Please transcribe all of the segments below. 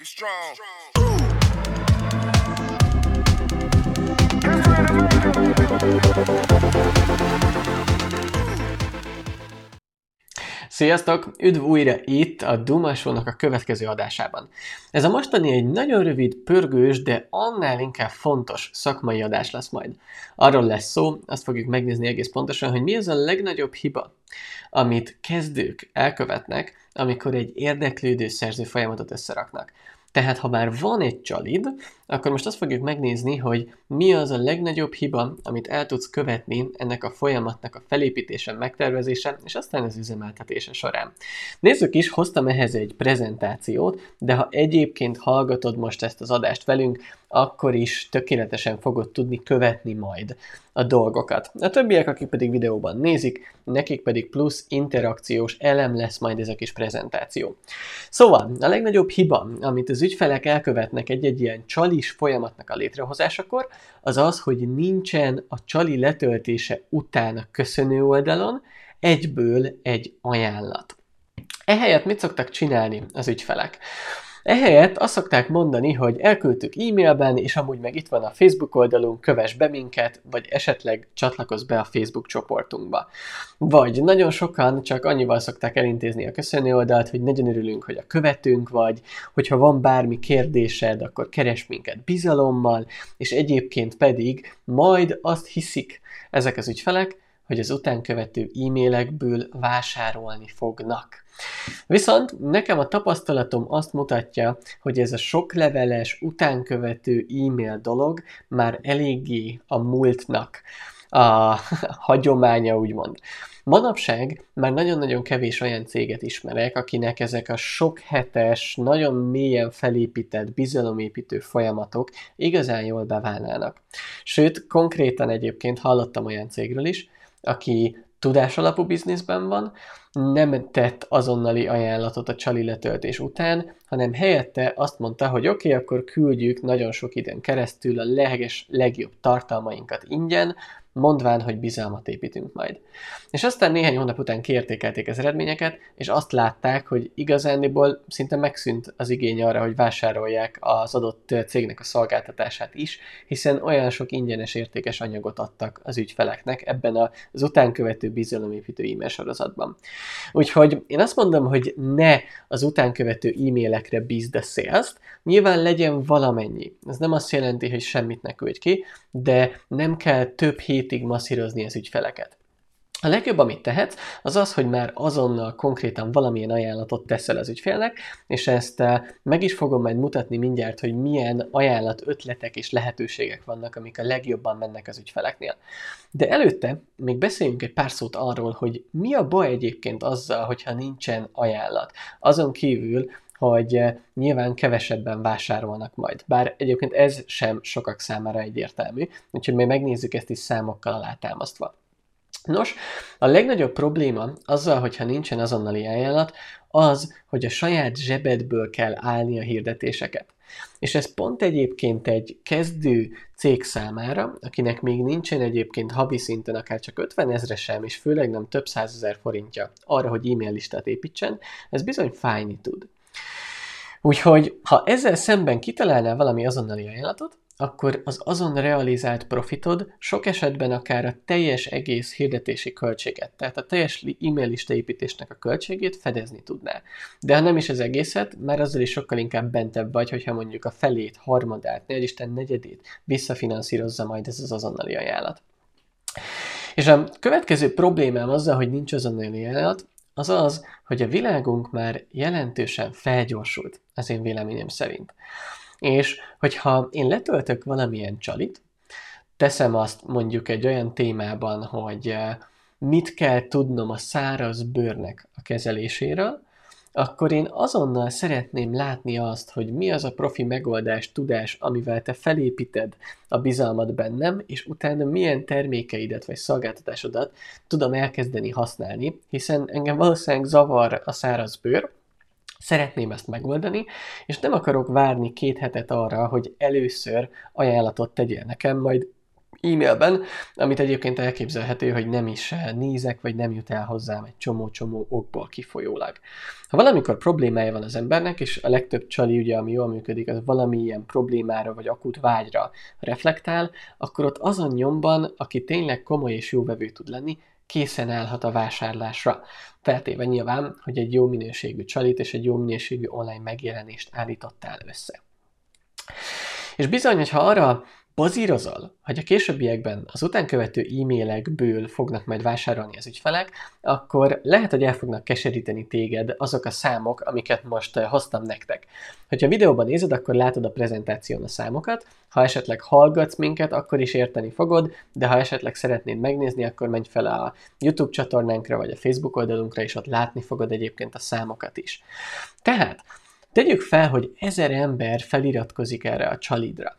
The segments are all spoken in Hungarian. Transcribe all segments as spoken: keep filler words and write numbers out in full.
Be strong. Sziasztok! Üdv újra itt a Duma Show-nak a következő adásában. Ez a mostani egy nagyon rövid, pörgős, de annál inkább fontos szakmai adás lesz majd. Arról lesz szó, azt fogjuk megnézni egész pontosan, hogy mi az a legnagyobb hiba, amit kezdők elkövetnek, amikor egy érdeklődő szerző folyamatot összeraknak. Tehát, ha már van egy csalid, akkor most azt fogjuk megnézni, hogy mi az a legnagyobb hiba, amit el tudsz követni ennek a folyamatnak a felépítése, megtervezése, és aztán az üzemeltetése során. Nézzük is, hoztam ehhez egy prezentációt, de ha egyébként hallgatod most ezt az adást velünk, akkor is tökéletesen fogod tudni követni majd a dolgokat. A többiek, akik pedig videóban nézik, nekik pedig plusz interakciós elem lesz majd ez a kis prezentáció. Szóval, a legnagyobb hiba, amit az ügyfelek elkövetnek egy-egy ilyen csalis folyamatnak a létrehozásakor, az az, hogy nincsen a csali letöltése után a köszönő oldalon egyből egy ajánlat. Ehelyett mit szoktak csinálni az ügyfelek? Ehelyett azt szokták mondani, hogy elküldtük e-mailben, és amúgy meg itt van a Facebook oldalunk, kövess be minket, vagy esetleg csatlakozz be a Facebook csoportunkba. Vagy nagyon sokan csak annyival szokták elintézni a köszönő oldalt, hogy nagyon örülünk, hogy a követőnk vagy, hogyha van bármi kérdésed, akkor keresd minket bizalommal, és egyébként pedig majd azt hiszik ezek az ügyfelek, hogy az utánkövető e-mailekből vásárolni fognak. Viszont nekem a tapasztalatom azt mutatja, hogy ez a sokleveles, utánkövető e-mail dolog már eléggé a múltnak a hagyománya, úgymond. Manapság már nagyon-nagyon kevés olyan céget ismerek, akinek ezek a sok hetes, nagyon mélyen felépített, bizalomépítő folyamatok igazán jól beválnának. Sőt, konkrétan egyébként hallottam olyan cégről is, aki tudásalapú bizniszben van, nem tett azonnali ajánlatot a csali letöltés után, hanem helyette azt mondta, hogy oké, okay, akkor küldjük nagyon sok időn keresztül a leges, legjobb tartalmainkat ingyen, mondván, hogy bizalmat építünk majd. És aztán néhány hónap után kiértékelték az eredményeket, és azt látták, hogy igazándiból szinte megszűnt az igény arra, hogy vásárolják az adott cégnek a szolgáltatását is, hiszen olyan sok ingyenes értékes anyagot adtak az ügyfeleknek ebben az utánkövető bizalomépítő e-mail sorozatban. Úgyhogy én azt mondom, hogy ne az utánkövető e-mailekre bízd a sales-t, nyilván legyen valamennyi. Ez nem azt jelenti, hogy semmit ne küldj ki, de nem kell több hétig masszírozni az ügyfeleket. A legjobb, amit tehetsz, az az, hogy már azonnal konkrétan valamilyen ajánlatot teszel az ügyfélnek, és ezt meg is fogom majd mutatni mindjárt, hogy milyen ajánlat, ötletek és lehetőségek vannak, amik a legjobban mennek az ügyfeleknél. De előtte még beszéljünk egy pár szót arról, hogy mi a baj egyébként azzal, hogyha nincsen ajánlat. Azon kívül, hogy nyilván kevesebben vásárolnak majd. Bár egyébként ez sem sokak számára egyértelmű, úgyhogy még megnézzük ezt is számokkal alátámasztva. Nos, a legnagyobb probléma azzal, hogyha nincsen azonnali ajánlat, az, hogy a saját zsebedből kell állni a hirdetéseket. És ez pont egyébként egy kezdő cég számára, akinek még nincsen egyébként havi szinten akár csak ötvenezre sem, és főleg nem több százezer forintja arra, hogy e-mail listát építsen, ez bizony fájni tud. Úgyhogy, ha ezzel szemben kitalálnál valami azonnali ajánlatot, akkor az azon realizált profitod sok esetben akár a teljes egész hirdetési költséget, tehát a teljes e-mail listaépítésnek a költségét fedezni tudná. De ha nem is az egészet, már azzal is sokkal inkább bentebb vagy, hogyha mondjuk a felét, harmadát, ne Isten negyedét visszafinanszírozza majd ez az azonnali ajánlat. És a következő problémám azzal, hogy nincs azonnali ajánlat, az az, hogy a világunk már jelentősen felgyorsult, az én véleményem szerint. És hogyha én letöltök valamilyen csalit, teszem azt mondjuk egy olyan témában, hogy mit kell tudnom a száraz bőrnek a kezeléséről, akkor én azonnal szeretném látni azt, hogy mi az a profi megoldás, tudás, amivel te felépíted a bizalmat bennem, és utána milyen termékeidet vagy szolgáltatásodat tudom elkezdeni használni, hiszen engem valószínűleg zavar a száraz bőr, szeretném ezt megoldani, és nem akarok várni két hetet arra, hogy először ajánlatot tegyél nekem, majd e-mailben, amit egyébként elképzelhető, hogy nem is nézek, vagy nem jut el hozzám egy csomó-csomó okból kifolyólag. Ha valamikor problémája van az embernek, és a legtöbb csali, ugye, ami jól működik, az valamilyen problémára, vagy akut vágyra reflektál, akkor ott azon nyomban, aki tényleg komoly és jó vevő tud lenni, készen állhat a vásárlásra. Feltéve nyilván, hogy egy jó minőségű csalit és egy jó minőségű online megjelenést állítottál össze. És bizony, hogyha arra bazírozol, hogy a későbbiekben az utánkövető e-mailekből fognak majd vásárolni az ügyfelek, akkor lehet, hogy el fognak keseríteni téged azok a számok, amiket most hoztam nektek. Hogyha videóban nézed, akkor látod a prezentáción a számokat, ha esetleg hallgatsz minket, akkor is érteni fogod, de ha esetleg szeretnéd megnézni, akkor menj fel a YouTube csatornánkra, vagy a Facebook oldalunkra, és ott látni fogod egyébként a számokat is. Tehát, tegyük fel, hogy ezer ember feliratkozik erre a csalidra.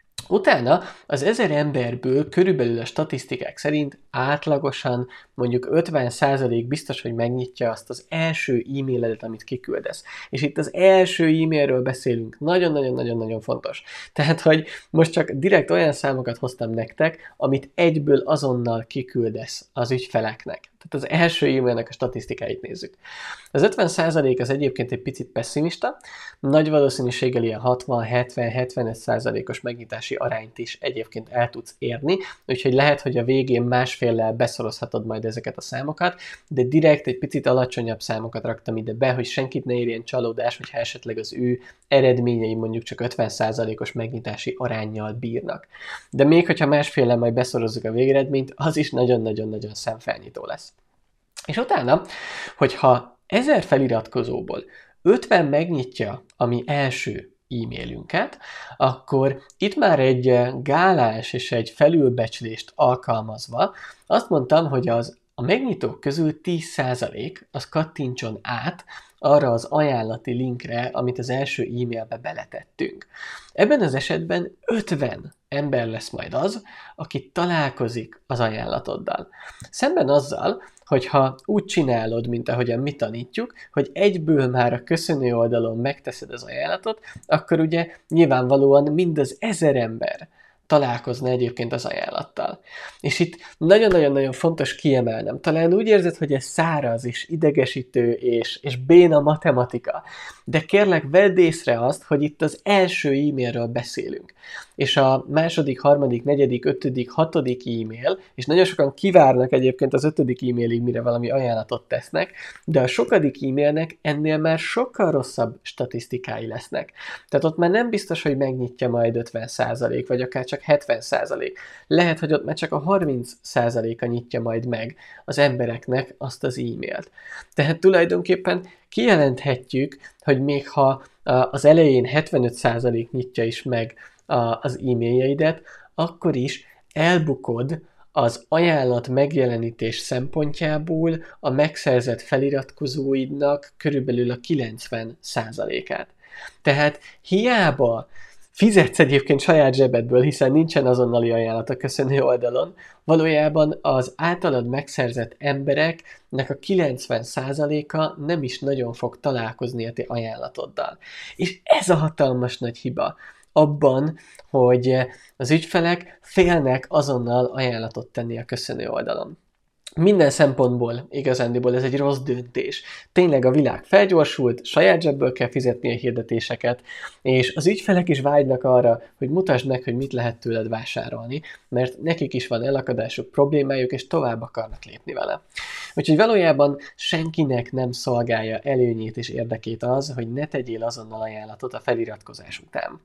Utána az ezer emberből körülbelül a statisztikák szerint átlagosan mondjuk ötven százalék biztos, hogy megnyitja azt az első e-mailedet, amit kiküldesz. És itt az első e-mailről beszélünk. Nagyon-nagyon-nagyon-nagyon fontos. Tehát, hogy most csak direkt olyan számokat hoztam nektek, amit egyből azonnal kiküldesz az ügyfeleknek. Tehát az első e-mailnek a statisztikáit nézzük. Az ötven százalék az egyébként egy picit pessimista, nagy valószínűséggel ilyen hatvan-hetven-hetvenöt százalékos megnyitási arányt is egyébként el tudsz érni, úgyhogy lehet, hogy a végén másféllel beszorozhatod majd ezeket a számokat, de direkt egy picit alacsonyabb számokat raktam ide be, hogy senkit ne érjen csalódás, hogyha esetleg az ő eredményei mondjuk csak ötven százalékos megnyitási aránnyal bírnak. De még hogyha másféllel majd beszorozzuk a végeredményt, az is nagyon-nagyon-nagyon szemfelnyitó lesz. És utána, hogyha ezer feliratkozóból ötven megnyitja a mi első e-mailünket, akkor itt már egy gálás és egy felülbecslést alkalmazva azt mondtam, hogy az a megnyitók közül tíz százalék az kattintson át arra az ajánlati linkre, amit az első e-mailbe beletettünk. Ebben az esetben ötven ember lesz majd az, aki találkozik az ajánlatoddal. Szemben azzal, hogyha úgy csinálod, mint ahogyan mi tanítjuk, hogy egyből már a köszönő oldalon megteszed az ajánlatot, akkor ugye nyilvánvalóan mind az ezer ember találkozna egyébként az ajánlattal. És itt nagyon-nagyon-nagyon fontos kiemelnem. Talán úgy érzed, hogy ez száraz és idegesítő és, és béna matematika, de kérlek vedd észre azt, hogy itt az első e-mailről beszélünk. És a második, harmadik, negyedik, ötödik, hatodik e-mail, és nagyon sokan kivárnak egyébként az ötödik e-mailig, mire valami ajánlatot tesznek, de a sokadik e-mailnek ennél már sokkal rosszabb statisztikái lesznek. Tehát ott már nem biztos, hogy megnyitja majd ötven százalék, vagy akár csak hetven százalék. Lehet, hogy ott már csak a harminc százaléka nyitja majd meg az embereknek azt az e-mailt. Tehát tulajdonképpen kijelenthetjük, hogy még ha az elején hetvenöt százalék nyitja is meg az e-mailjeidet, akkor is elbukod az ajánlat megjelenítés szempontjából a megszerzett feliratkozóidnak körülbelül a kilencven százalékát. Tehát hiába fizetsz egyébként saját zsebedből, hiszen nincsen azonnali ajánlat a köszönő oldalon, valójában az általad megszerzett embereknek a kilencven százaléka nem is nagyon fog találkozni a te ajánlatoddal. És ez a hatalmas nagy hiba abban, hogy az ügyfelek félnek azonnal ajánlatot tenni a köszönő oldalon. Minden szempontból igazándiból ez egy rossz döntés. Tényleg a világ felgyorsult, saját zsebből kell fizetni a hirdetéseket, és az ügyfelek is vágynak arra, hogy mutasd meg, hogy mit lehet tőled vásárolni, mert nekik is van elakadásuk, problémájuk, és tovább akarnak lépni vele. Úgyhogy valójában senkinek nem szolgálja előnyét és érdekét az, hogy ne tegyél azonnal ajánlatot a feliratkozás után.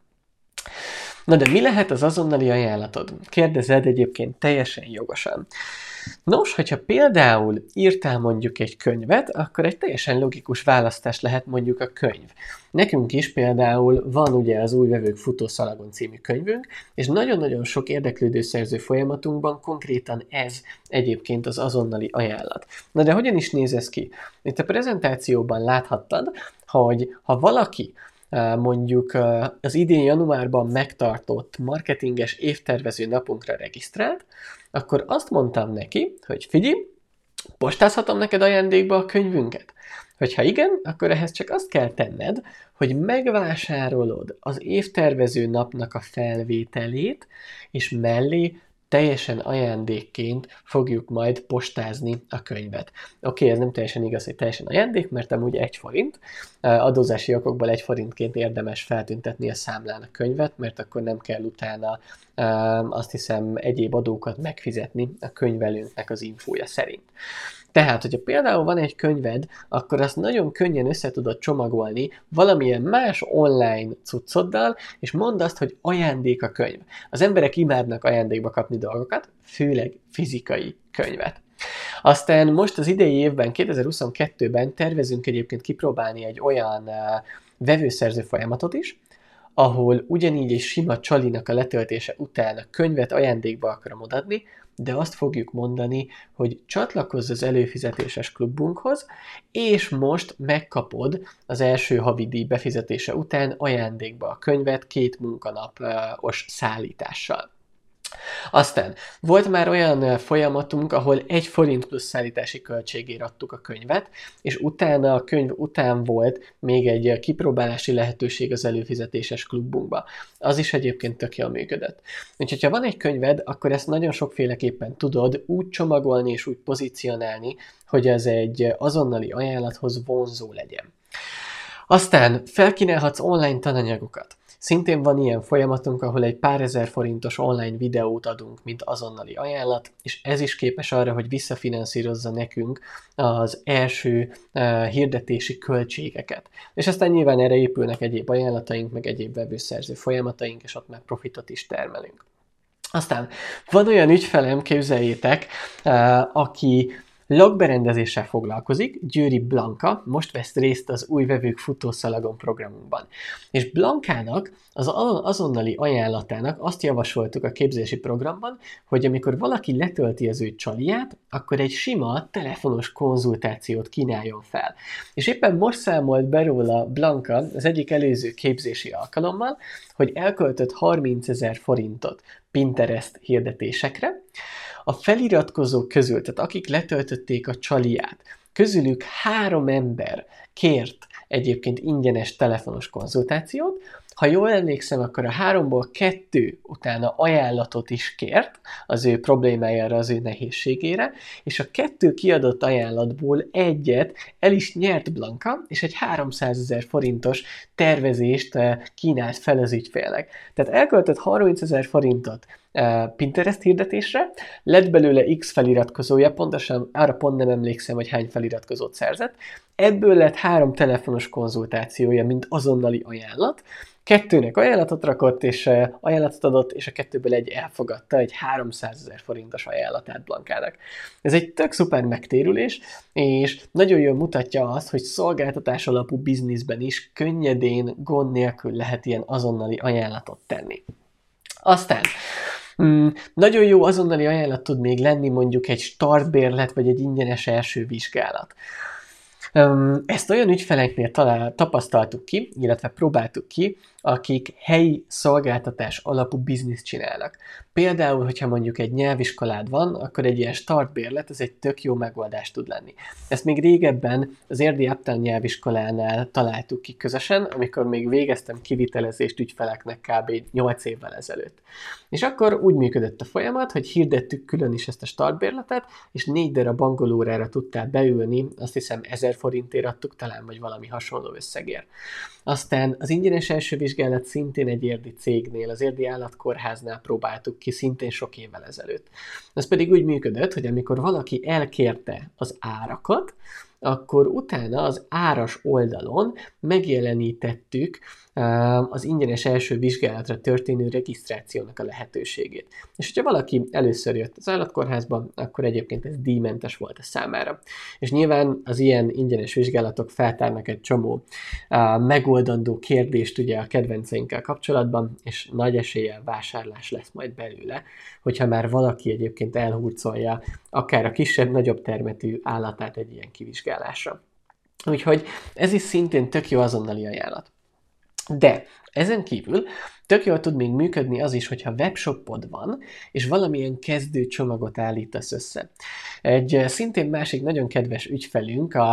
Na de mi lehet az azonnali ajánlatod? Kérdezed egyébként teljesen jogosan. Nos, hogyha például írtál mondjuk egy könyvet, akkor egy teljesen logikus választás lehet mondjuk a könyv. Nekünk is például van ugye az Új Vevők Futószalagon című könyvünk, és nagyon-nagyon sok érdeklődő szerző folyamatunkban konkrétan ez egyébként az azonnali ajánlat. Na de hogyan is néz ez ki? Itt a prezentációban láthattad, hogy ha valaki mondjuk az idén januárban megtartott marketinges évtervező napunkra regisztrált, akkor azt mondtam neki, hogy figyelj, postázhatom neked ajándékba a könyvünket? Hogyha igen, akkor ehhez csak azt kell tenned, hogy megvásárolod az évtervező napnak a felvételét, és mellé teljesen ajándékként fogjuk majd postázni a könyvet. Oké, okay, ez nem teljesen igaz, hogy teljesen ajándék, mert amúgy egy forint. Adózási okokból egy forintként érdemes feltüntetni a számlán a könyvet, mert akkor nem kell utána azt hiszem egyéb adókat megfizetni a könyvelőnknek az infója szerint. Tehát, hogyha például van egy könyved, akkor azt nagyon könnyen össze tudod csomagolni valamilyen más online cuccoddal, és mondd azt, hogy ajándék a könyv. Az emberek imádnak ajándékba kapni dolgokat, főleg fizikai könyvet. Aztán most az idei évben, kétezer-huszonkettőben tervezünk egyébként kipróbálni egy olyan uh, vevőszerző folyamatot is, ahol ugyanígy egy sima csalinak a letöltése után a könyvet ajándékba akarom odaadni, de azt fogjuk mondani, hogy csatlakozz az előfizetéses klubunkhoz, és most megkapod az első havidíj befizetése után ajándékba a könyvet két munkanapos szállítással. Aztán volt már olyan folyamatunk, ahol egy forint plusz szállítási költségért adtuk a könyvet, és utána a könyv után volt még egy kipróbálási lehetőség az előfizetéses klubunkba. Az is egyébként tök jól működött. Úgyhogy ha van egy könyved, akkor ezt nagyon sokféleképpen tudod úgy csomagolni és úgy pozícionálni, hogy ez egy azonnali ajánlathoz vonzó legyen. Aztán felkínálhatsz online tananyagokat. Szintén van ilyen folyamatunk, ahol egy pár ezer forintos online videót adunk, mint azonnali ajánlat, és ez is képes arra, hogy visszafinanszírozza nekünk az első uh, hirdetési költségeket. És aztán nyilván erre épülnek egyéb ajánlataink, meg egyéb webőszerző folyamataink, és ott már profitot is termelünk. Aztán van olyan ügyfelem, képzeljétek, uh, aki logberendezéssel foglalkozik, Győri Blanka, most vesz részt az új vevők futószalagon programunkban. És Blankának az azonnali ajánlatának azt javasoltuk a képzési programban, hogy amikor valaki letölti az ő csaliját, akkor egy sima telefonos konzultációt kínáljon fel. És éppen most számolt be róla Blanka az egyik előző képzési alkalommal, hogy elköltött harmincezer forintot Pinterest hirdetésekre. A feliratkozók közül, tehát akik letöltötték a csaliját, közülük három ember kért egyébként ingyenes telefonos konzultációt. Ha jól emlékszem, akkor a háromból kettő utána ajánlatot is kért az ő problémájára, az ő nehézségére, és a kettő kiadott ajánlatból egyet el is nyert Blanka, és egy háromszázezer forintos tervezést kínált fel az ügyfélnek. Tehát elköltött harmincezer forintot Pinterest hirdetésre, lett belőle X feliratkozója, pontosan arra pont nem emlékszem, hogy hány feliratkozót szerzett, ebből lett három telefonos konzultációja, mint azonnali ajánlat, kettőnek ajánlatot rakott, és ajánlatot adott, és a kettőből egy elfogadta, egy háromszázezer forintos ajánlatát Blankának. Ez egy tök szuper megtérülés, és nagyon jól mutatja azt, hogy szolgáltatás alapú bizniszben is könnyedén, gond nélkül lehet ilyen azonnali ajánlatot tenni. Aztán Mm, nagyon jó azonnali ajánlat tud még lenni mondjuk egy startbérlet, vagy egy ingyenes első vizsgálat. Um, ezt olyan ügyfeleknél talál, tapasztaltuk ki, illetve próbáltuk ki, akik helyi szolgáltatás alapú bizniszt csinálnak. Például, hogyha mondjuk egy nyelviskolád van, akkor egy ilyen startbérlet, ez egy tök jó megoldás tud lenni. Ezt még régebben az Érdi Uptown nyelviskolánál találtuk ki közösen, amikor még végeztem kivitelezést ügyfeleknek kb. nyolc évvel ezelőtt. És akkor úgy működött a folyamat, hogy hirdettük külön is ezt a startbérletet, és négy darab angolórára tudtál beülni, azt hiszem ezer forintért adtuk talán, vagy valami hasonló összegért. Aztán az ingyenes első vizsgálat szintén egy érdi cégnél, az Érdi Állatkórháznál próbáltuk ki szintén sok évvel ezelőtt. Ez pedig úgy működött, hogy amikor valaki elkérte az árakat, akkor utána az áras oldalon megjelenítettük az ingyenes első vizsgálatra történő regisztrációnak a lehetőségét. És hogyha valaki először jött az állatkórházba, akkor egyébként ez díjmentes volt a számára. És nyilván az ilyen ingyenes vizsgálatok feltárnak egy csomó megoldandó kérdést ugye a kedvenceinkkel kapcsolatban, és nagy eséllyel vásárlás lesz majd belőle, hogyha már valaki egyébként elhurcolja akár a kisebb-nagyobb termetű állatát egy ilyen kivizsgálásra. Úgyhogy ez is szintén tök jó azonnali ajánlat. De ezen kívül tök jól tud még működni az is, hogyha webshopod van, és valamilyen kezdő csomagot állítasz össze. Egy szintén másik nagyon kedves ügyfelünk, a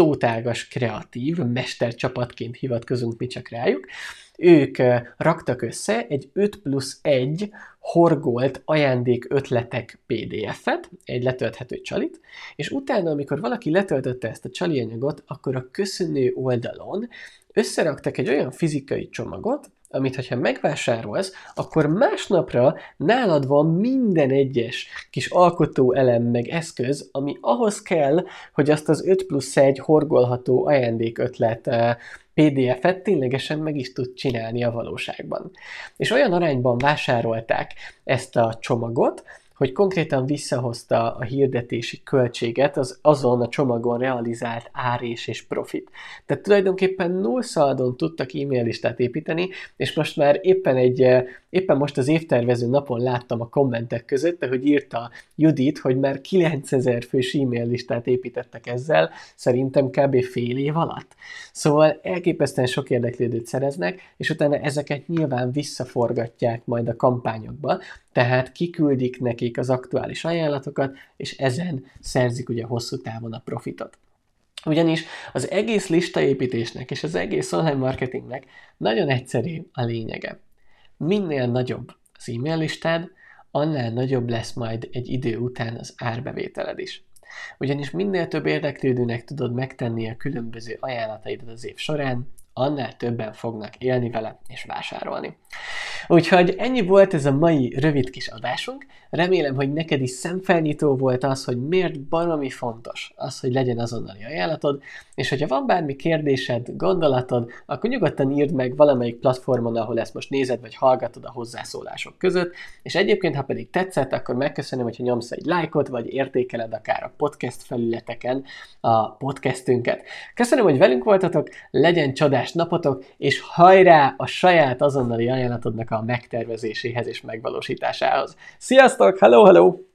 tótágas, kreatív, mestercsapatként hivatkozunk mi csak rájuk. Ők raktak össze egy öt plusz egy horgolt ajándék ötletek pé dé ef-et, egy letölthető csalit, és utána, amikor valaki letöltötte ezt a csali anyagot, akkor a köszönő oldalon összeraktak egy olyan fizikai csomagot, amit ha megvásárolsz, akkor másnapra nálad van minden egyes kis alkotóelem meg eszköz, ami ahhoz kell, hogy azt az öt plusz egy horgolható ajándékötlet pé dé ef-et ténylegesen meg is tud csinálni a valóságban. És olyan arányban vásárolták ezt a csomagot, hogy konkrétan visszahozta a hirdetési költséget az azon a csomagon realizált árés és profit. Tehát tulajdonképpen nullszaldon tudtak e-mail listát építeni, és most már éppen egy, éppen most az évtervező napon láttam a kommentek között, hogy írta Judit, hogy már kilencezer fős e-mail listát építettek ezzel, szerintem kb. Fél év alatt. Szóval elképesztően sok érdeklődőt szereznek, és utána ezeket nyilván visszaforgatják majd a kampányokba, tehát kiküldik nekik az aktuális ajánlatokat, és ezen szerzik ugye hosszú távon a profitot. Ugyanis az egész listaépítésnek és az egész online marketingnek nagyon egyszerű a lényege. Minél nagyobb az e-mail listád, annál nagyobb lesz majd egy idő után az árbevételed is. Ugyanis minél több érdeklődőnek tudod megtenni a különböző ajánlataidat az év során, annál többen fognak élni vele és vásárolni. Úgyhogy ennyi volt ez a mai rövid kis adásunk. Remélem, hogy neked is szemfelnyitó volt az, hogy miért baromi fontos az, hogy legyen azonnali ajánlatod, és hogyha van bármi kérdésed, gondolatod, akkor nyugodtan írd meg valamelyik platformon, ahol ezt most nézed vagy hallgatod a hozzászólások között, és egyébként, ha pedig tetszett, akkor megköszönöm, hogyha nyomsz egy lájkot, vagy értékeled akár a podcast felületeken a podcastünket. Köszönöm, hogy velünk voltatok, legyen csodás napotok, és hajrá a saját azonnali ajánlatodnak a megtervezéséhez és megvalósításához. Sziasztok! Hello, hello!